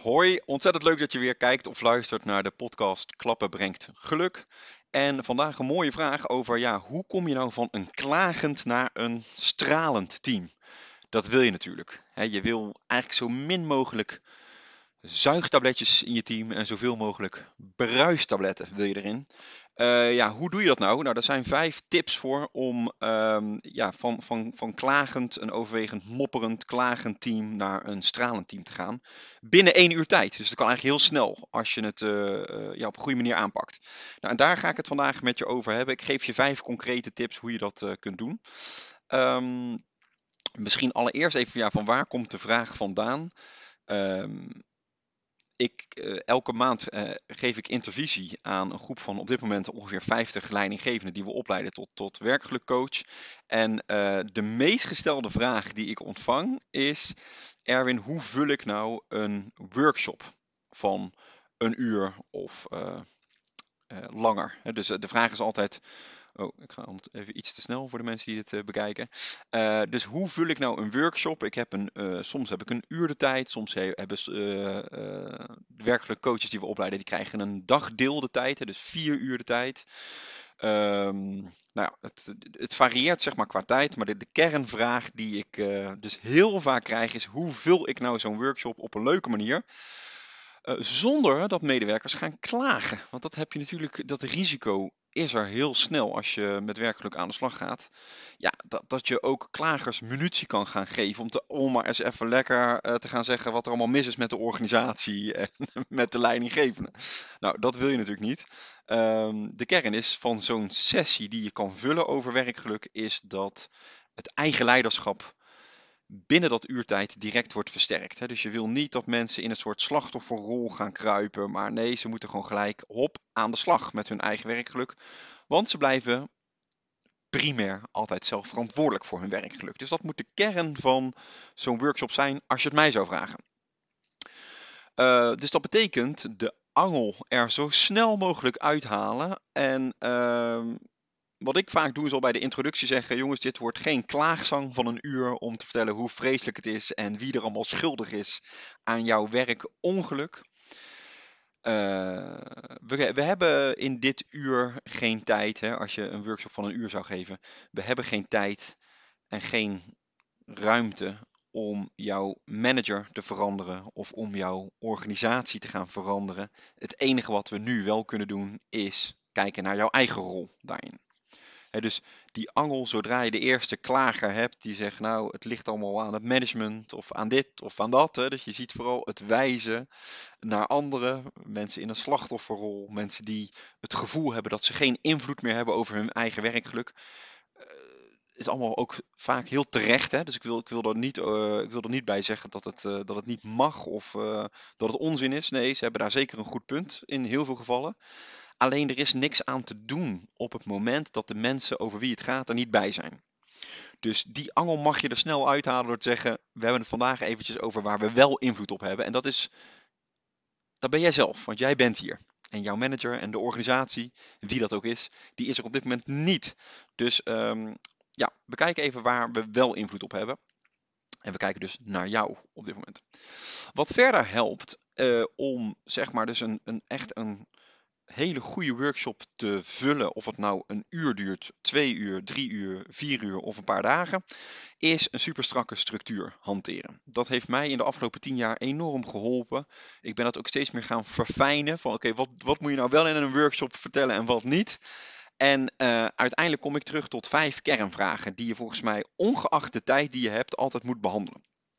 Hoi, ontzettend leuk dat je weer kijkt of luistert naar de podcast Klappen brengt geluk. En vandaag een mooie vraag over hoe kom je nou van een klagend naar een stralend team? Dat wil je natuurlijk. Je wil eigenlijk zo min mogelijk zuigtabletjes in je team en zoveel mogelijk bruistabletten wil je erin. Hoe doe je dat nou? Nou, daar zijn 5 tips voor om van klagend, een overwegend mopperend, klagend team naar een stralend team te gaan. Binnen 1 uur tijd. Dus dat kan eigenlijk heel snel als je het op een goede manier aanpakt. Nou, en daar ga ik het vandaag met je over hebben. Ik geef je 5 concrete tips hoe je dat kunt doen. Misschien allereerst even van waar komt de vraag vandaan? Ehm Elke maand geef ik intervisie aan een groep van op dit moment ongeveer 50 leidinggevenden die we opleiden tot werkgelukcoach. En de meest gestelde vraag die ik ontvang is: Erwin, hoe vul ik nou een workshop van een uur of langer? Dus de vraag is altijd. Oh, ik ga even iets te snel voor de mensen die dit bekijken. Dus hoe vul ik nou een workshop? Soms heb ik een uur de tijd. Soms hebben werkelijk coaches die we opleiden, die krijgen een dagdeel de tijd. Dus 4 uur de tijd. Het varieert zeg maar qua tijd. Maar de kernvraag die ik dus heel vaak krijg is: hoe vul ik nou zo'n workshop op een leuke manier? Zonder dat medewerkers gaan klagen. Want dat heb je natuurlijk, dat risico is er heel snel als je met werkgeluk aan de slag gaat. Ja, dat je ook klagers munitie kan gaan geven om maar eens even lekker te gaan zeggen wat er allemaal mis is met de organisatie en met de leidinggevende. Nou, dat wil je natuurlijk niet. De kern is van zo'n sessie die je kan vullen over werkgeluk, is dat het eigen leiderschap binnen dat uurtijd direct wordt versterkt. Dus je wil niet dat mensen in een soort slachtofferrol gaan kruipen, maar nee, ze moeten gewoon gelijk aan de slag met hun eigen werkgeluk, want ze blijven primair altijd zelf verantwoordelijk voor hun werkgeluk. Dus dat moet de kern van zo'n workshop zijn, als je het mij zou vragen. Dus dat betekent de angel er zo snel mogelijk uithalen en wat ik vaak doe is al bij de introductie zeggen: jongens, dit wordt geen klaagzang van een uur om te vertellen hoe vreselijk het is en wie er allemaal schuldig is aan jouw werkongeluk. We hebben in dit uur geen tijd, als je een workshop van een uur zou geven. We hebben geen tijd en geen ruimte om jouw manager te veranderen of om jouw organisatie te gaan veranderen. Het enige wat we nu wel kunnen doen is kijken naar jouw eigen rol daarin. Dus die angel, zodra je de eerste klager hebt die zegt, nou, het ligt allemaal aan het management of aan dit of aan dat. Dus je ziet vooral het wijzen naar anderen, mensen in een slachtofferrol, mensen die het gevoel hebben dat ze geen invloed meer hebben over hun eigen werkgeluk. Is allemaal ook vaak heel terecht. Dus ik wil er niet bij zeggen dat het niet mag of dat het onzin is. Nee, ze hebben daar zeker een goed punt in heel veel gevallen. Alleen er is niks aan te doen op het moment dat de mensen over wie het gaat er niet bij zijn. Dus die angel mag je er snel uithalen door te zeggen: we hebben het vandaag eventjes over waar we wel invloed op hebben. En dat ben jij zelf, want jij bent hier. En jouw manager en de organisatie, wie dat ook is, die is er op dit moment niet. Dus we kijken even waar we wel invloed op hebben. En we kijken dus naar jou op dit moment. Wat verder helpt om zeg maar dus echt een hele goede workshop te vullen, of het nou een uur duurt, 2 uur, 3 uur, 4 uur of een paar dagen, is een super strakke structuur hanteren. Dat heeft mij in de afgelopen 10 jaar enorm geholpen. Ik ben dat ook steeds meer gaan verfijnen van oké, wat moet je nou wel in een workshop vertellen en wat niet. En uiteindelijk kom ik terug tot 5 kernvragen die je volgens mij, ongeacht de tijd die je hebt, altijd moet behandelen.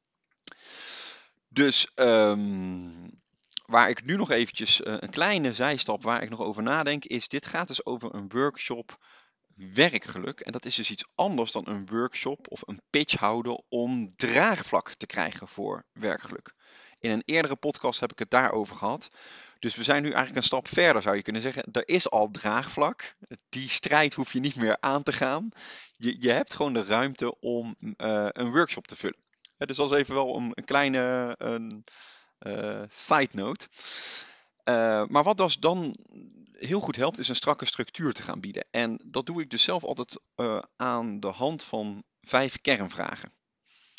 Dus waar ik nu nog eventjes een kleine zijstap waar ik nog over nadenk is, dit gaat dus over een workshop werkgeluk. En dat is dus iets anders dan een workshop of een pitch houden om draagvlak te krijgen voor werkgeluk. In een eerdere podcast heb ik het daarover gehad. Dus we zijn nu eigenlijk een stap verder, zou je kunnen zeggen. Er is al draagvlak. Die strijd hoef je niet meer aan te gaan. Je hebt gewoon de ruimte om een workshop te vullen. Dus dat is even wel een kleine side note. Maar wat dus dan heel goed helpt, is een strakke structuur te gaan bieden. En dat doe ik dus zelf altijd aan de hand van 5 kernvragen.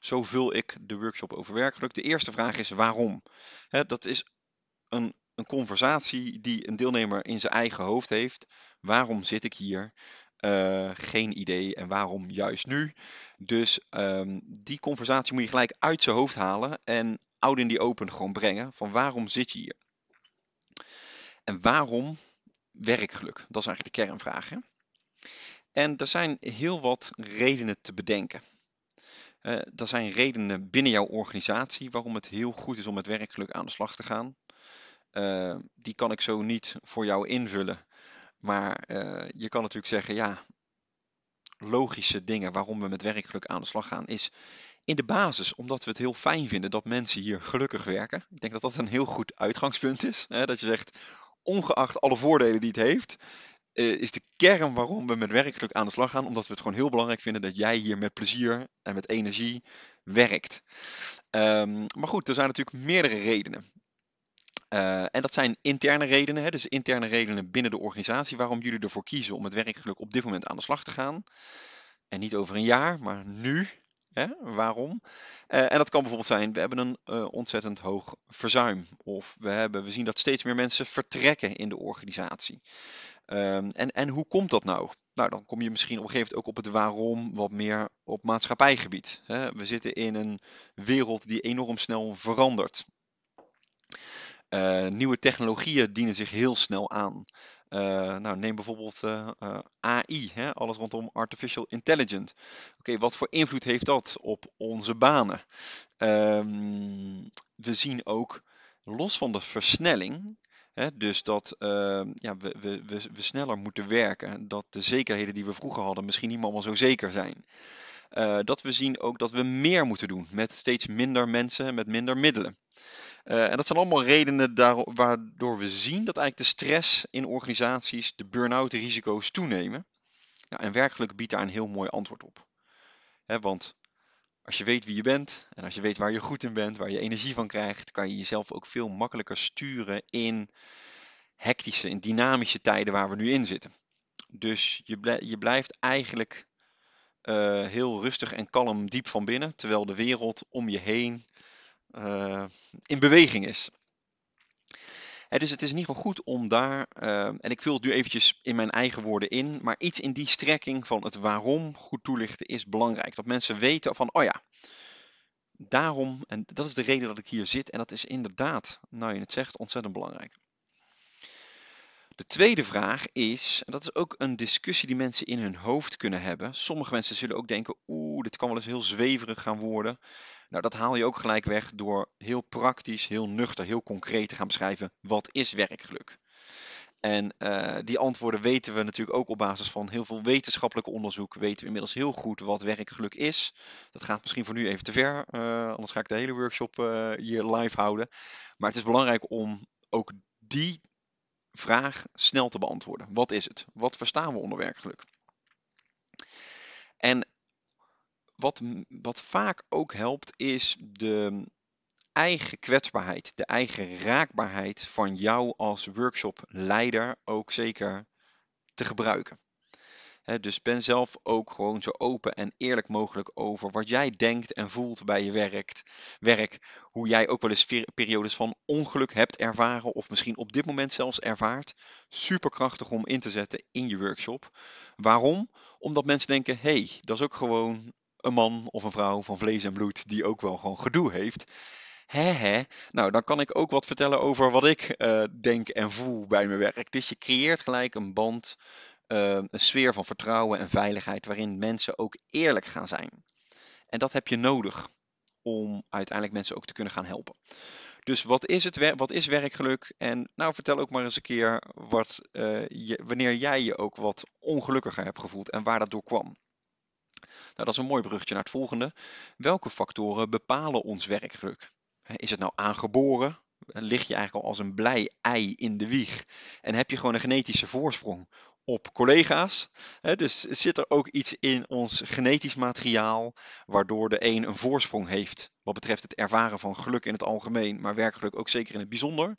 Zo vul ik de workshop over werkgeluk. De eerste vraag is waarom? Dat is een conversatie die een deelnemer in zijn eigen hoofd heeft. Waarom zit ik hier? Geen idee. En waarom juist nu? Dus die conversatie moet je gelijk uit zijn hoofd halen en out in die open gewoon brengen. Van waarom zit je hier? En waarom werkgeluk? Dat is eigenlijk de kernvraag. Hè? En er zijn heel wat redenen te bedenken. Er zijn redenen binnen jouw organisatie waarom het heel goed is om met werkgeluk aan de slag te gaan. Die kan ik zo niet voor jou invullen. Maar je kan natuurlijk zeggen, ja, logische dingen waarom we met werkgeluk aan de slag gaan, is in de basis omdat we het heel fijn vinden dat mensen hier gelukkig werken. Ik denk dat dat een heel goed uitgangspunt is. Hè? Dat je zegt, ongeacht alle voordelen die het heeft, is de kern waarom we met werkgeluk aan de slag gaan, omdat we het gewoon heel belangrijk vinden dat jij hier met plezier en met energie werkt. Maar goed, er zijn natuurlijk meerdere redenen. En dat zijn interne redenen, hè, dus interne redenen binnen de organisatie waarom jullie ervoor kiezen om met werkgeluk op dit moment aan de slag te gaan. En niet over een jaar, maar nu. Hè? Waarom? En dat kan bijvoorbeeld zijn, we hebben een ontzettend hoog verzuim. Of we zien dat steeds meer mensen vertrekken in de organisatie. En hoe komt dat nou? Nou, dan kom je misschien op een gegeven moment ook op het waarom wat meer op maatschappijgebied. Hè? We zitten in een wereld die enorm snel verandert. Nieuwe technologieën dienen zich heel snel aan. Nou, neem bijvoorbeeld AI, hè? Alles rondom artificial intelligence. Oké, wat voor invloed heeft dat op onze banen? We zien ook, los van de versnelling, hè, dus dat ja, we sneller moeten werken, dat de zekerheden die we vroeger hadden misschien niet meer allemaal zo zeker zijn. Dat we zien ook dat we meer moeten doen met steeds minder mensen, met minder middelen. En dat zijn allemaal redenen waardoor we zien dat eigenlijk de stress in organisaties, de burn-out risico's toenemen. Nou, en werkgeluk biedt daar een heel mooi antwoord op. Want als je weet wie je bent en als je weet waar je goed in bent, waar je energie van krijgt, kan je jezelf ook veel makkelijker sturen in hectische, in dynamische tijden waar we nu in zitten. Dus je blijft eigenlijk heel rustig en kalm diep van binnen, terwijl de wereld om je heen in beweging is. Dus het is in ieder geval goed om daar, en ik vul het nu eventjes in mijn eigen woorden in, maar iets in die strekking van het waarom goed toelichten is belangrijk. Dat mensen weten van, oh ja, daarom, en dat is de reden dat ik hier zit. En dat is inderdaad, nou je het zegt, ontzettend belangrijk. De tweede vraag is, en dat is ook een discussie die mensen in hun hoofd kunnen hebben. Sommige mensen zullen ook denken, dit kan wel eens heel zweverig gaan worden. Nou, dat haal je ook gelijk weg door heel praktisch, heel nuchter, heel concreet te gaan beschrijven, wat is werkgeluk? En die antwoorden weten we natuurlijk ook op basis van heel veel wetenschappelijk onderzoek. Weten we inmiddels heel goed wat werkgeluk is. Dat gaat misschien voor nu even te ver, anders ga ik de hele workshop hier live houden. Maar het is belangrijk om ook die vraag snel te beantwoorden. Wat is het? Wat verstaan we onder werkgeluk? En wat vaak ook helpt is de eigen kwetsbaarheid, de eigen raakbaarheid van jou als workshopleider ook zeker te gebruiken. Dus ben zelf ook gewoon zo open en eerlijk mogelijk over wat jij denkt en voelt bij je werk. Hoe jij ook wel eens periodes van ongeluk hebt ervaren of misschien op dit moment zelfs ervaart. Superkrachtig om in te zetten in je workshop. Waarom? Omdat mensen denken, hey, dat is ook gewoon een man of een vrouw van vlees en bloed die ook wel gewoon gedoe heeft. Nou, dan kan ik ook wat vertellen over wat ik denk en voel bij mijn werk. Dus je creëert gelijk een band, een sfeer van vertrouwen en veiligheid waarin mensen ook eerlijk gaan zijn. En dat heb je nodig om uiteindelijk mensen ook te kunnen gaan helpen. Dus wat is werkgeluk? En nou, vertel ook maar eens een keer wanneer jij je ook wat ongelukkiger hebt gevoeld en waar dat door kwam. Nou, dat is een mooi bruggetje naar het volgende. Welke factoren bepalen ons werkgeluk? Is het nou aangeboren? Lig je eigenlijk al als een blij ei in de wieg? En heb je gewoon een genetische voorsprong op collega's? Dus zit er ook iets in ons genetisch materiaal waardoor de een voorsprong heeft wat betreft het ervaren van geluk in het algemeen, maar werkgeluk ook zeker in het bijzonder?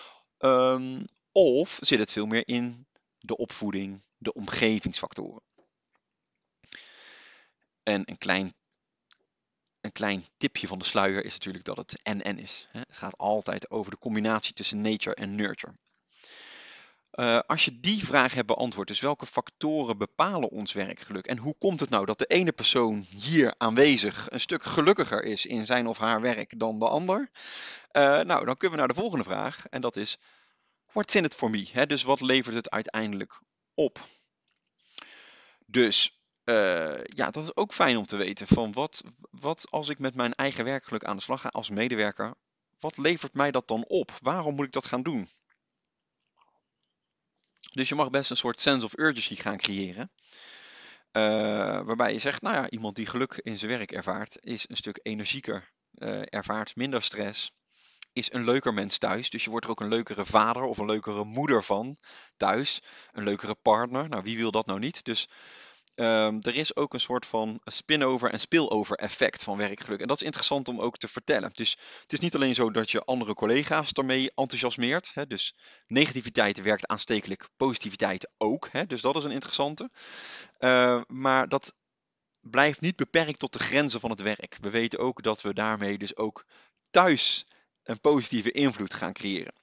Of zit het veel meer in de opvoeding, de omgevingsfactoren? En een klein een klein tipje van de sluier is natuurlijk dat het en is. Hè? Het gaat altijd over de combinatie tussen nature en nurture. Als je die vraag hebt beantwoord, dus welke factoren bepalen ons werkgeluk? En hoe komt het nou dat de ene persoon hier aanwezig een stuk gelukkiger is in zijn of haar werk dan de ander? Nou, dan kunnen we naar de volgende vraag en dat is, what's in it for me? Hè? Dus wat levert het uiteindelijk op? Dus ja, dat is ook fijn om te weten van wat als ik met mijn eigen werkgeluk aan de slag ga als medewerker, wat levert mij dat dan op? Waarom moet ik dat gaan doen? Dus je mag best een soort sense of urgency gaan creëren. Waarbij je zegt, nou ja, iemand die geluk in zijn werk ervaart, is een stuk energieker, ervaart minder stress, is een leuker mens thuis. Dus je wordt er ook een leukere vader of een leukere moeder van thuis. Een leukere partner. Nou, wie wil dat nou niet? Dus er is ook een soort van spin-over en spillover effect van werkgeluk. En dat is interessant om ook te vertellen. Dus het is niet alleen zo dat je andere collega's ermee enthousiasmeert. Hè, dus negativiteit werkt aanstekelijk, positiviteit ook. Hè, dus dat is een interessante. Maar dat blijft niet beperkt tot de grenzen van het werk. We weten ook dat we daarmee dus ook thuis een positieve invloed gaan creëren.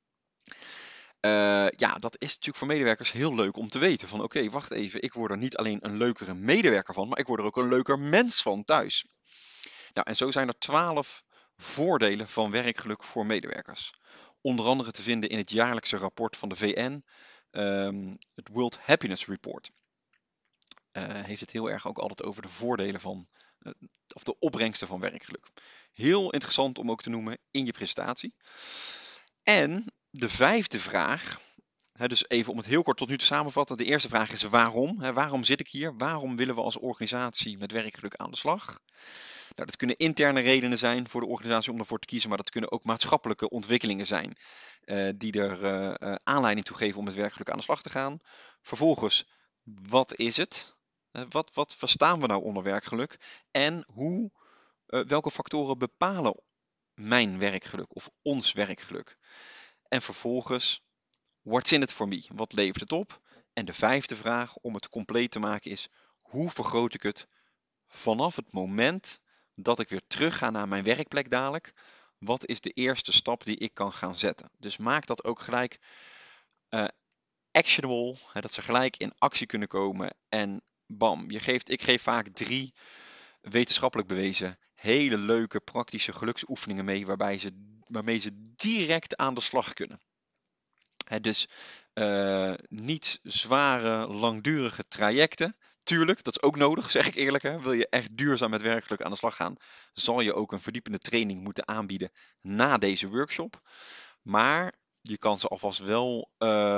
Ja, dat is natuurlijk voor medewerkers heel leuk om te weten. Van oké, wacht even, ik word er niet alleen een leukere medewerker van, maar ik word er ook een leuker mens van thuis. Nou, en zo zijn er 12 voordelen van werkgeluk voor medewerkers. Onder andere te vinden in het jaarlijkse rapport van de VN, het World Happiness Report. Heeft het heel erg ook altijd over de voordelen van, of de opbrengsten van werkgeluk. Heel interessant om ook te noemen in je presentatie. En de 5e vraag, dus even om het heel kort tot nu te samenvatten. De eerste vraag is waarom? Waarom zit ik hier? Waarom willen we als organisatie met werkgeluk aan de slag? Nou, dat kunnen interne redenen zijn voor de organisatie om ervoor te kiezen, maar dat kunnen ook maatschappelijke ontwikkelingen zijn die er aanleiding toe geven om met werkgeluk aan de slag te gaan. Vervolgens, wat is het? Wat verstaan we nou onder werkgeluk? En welke factoren bepalen mijn werkgeluk of ons werkgeluk? En vervolgens, what's in it for me? Wat levert het op? En de 5e vraag om het compleet te maken is, hoe vergroot ik het vanaf het moment dat ik weer terug ga naar mijn werkplek dadelijk? Wat is de eerste stap die ik kan gaan zetten? Dus maak dat ook gelijk actionable, dat ze gelijk in actie kunnen komen en bam. Ik geef vaak 3 wetenschappelijk bewezen hele leuke praktische geluksoefeningen mee waarmee ze direct aan de slag kunnen. Dus niet zware, langdurige trajecten. Tuurlijk, dat is ook nodig, zeg ik eerlijk. Hè. Wil je echt duurzaam met werkgeluk aan de slag gaan, zal je ook een verdiepende training moeten aanbieden na deze workshop. Maar je kan ze alvast wel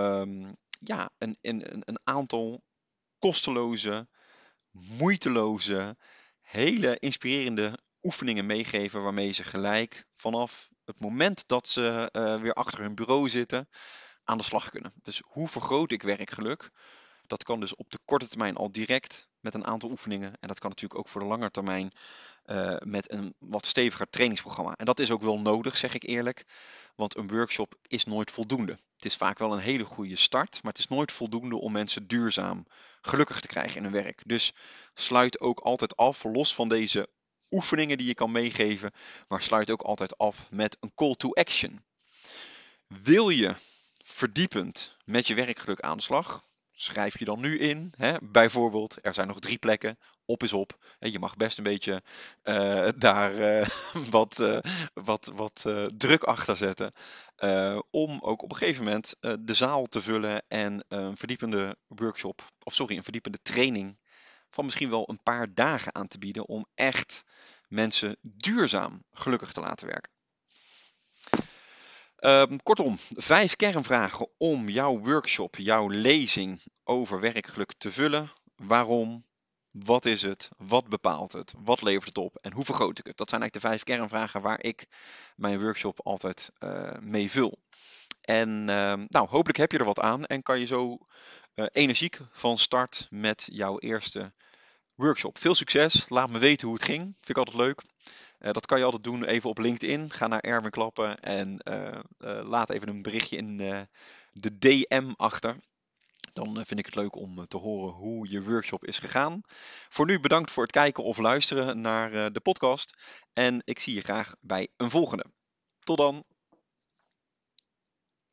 een aantal kosteloze, moeiteloze, hele inspirerende oefeningen meegeven waarmee ze gelijk vanaf het moment dat ze weer achter hun bureau zitten aan de slag kunnen. Dus hoe vergroot ik werkgeluk? Dat kan dus op de korte termijn al direct met een aantal oefeningen. En dat kan natuurlijk ook voor de lange termijn met een wat steviger trainingsprogramma. En dat is ook wel nodig, zeg ik eerlijk. Want een workshop is nooit voldoende. Het is vaak wel een hele goede start, maar het is nooit voldoende om mensen duurzaam gelukkig te krijgen in hun werk. Dus sluit ook altijd af, los van deze oefeningen die je kan meegeven, maar sluit ook altijd af met een call to action. Wil je verdiepend met je werkgeluk aan de slag? Schrijf je dan nu in. Bijvoorbeeld, er zijn nog 3 plekken. Op is op. Je mag best een beetje daar wat druk achter zetten. Om ook op een gegeven moment de zaal te vullen en een verdiepende workshop, een verdiepende training van misschien wel een paar dagen aan te bieden om echt mensen duurzaam gelukkig te laten werken. Kortom, 5 kernvragen om jouw workshop, jouw lezing over werkgeluk te vullen. Waarom? Wat is het? Wat bepaalt het? Wat levert het op? En hoe vergroot ik het? Dat zijn eigenlijk de 5 kernvragen waar ik mijn workshop altijd mee vul. En hopelijk heb je er wat aan en kan je zo energiek van start met jouw eerste workshop. Veel succes, laat me weten hoe het ging, vind ik altijd leuk. Dat kan je altijd doen even op LinkedIn. Ga naar Erwin Klappen en laat even een berichtje in de DM achter. Dan vind ik het leuk om te horen hoe je workshop is gegaan. Voor nu bedankt voor het kijken of luisteren naar de podcast. En ik zie je graag bij een volgende. Tot dan!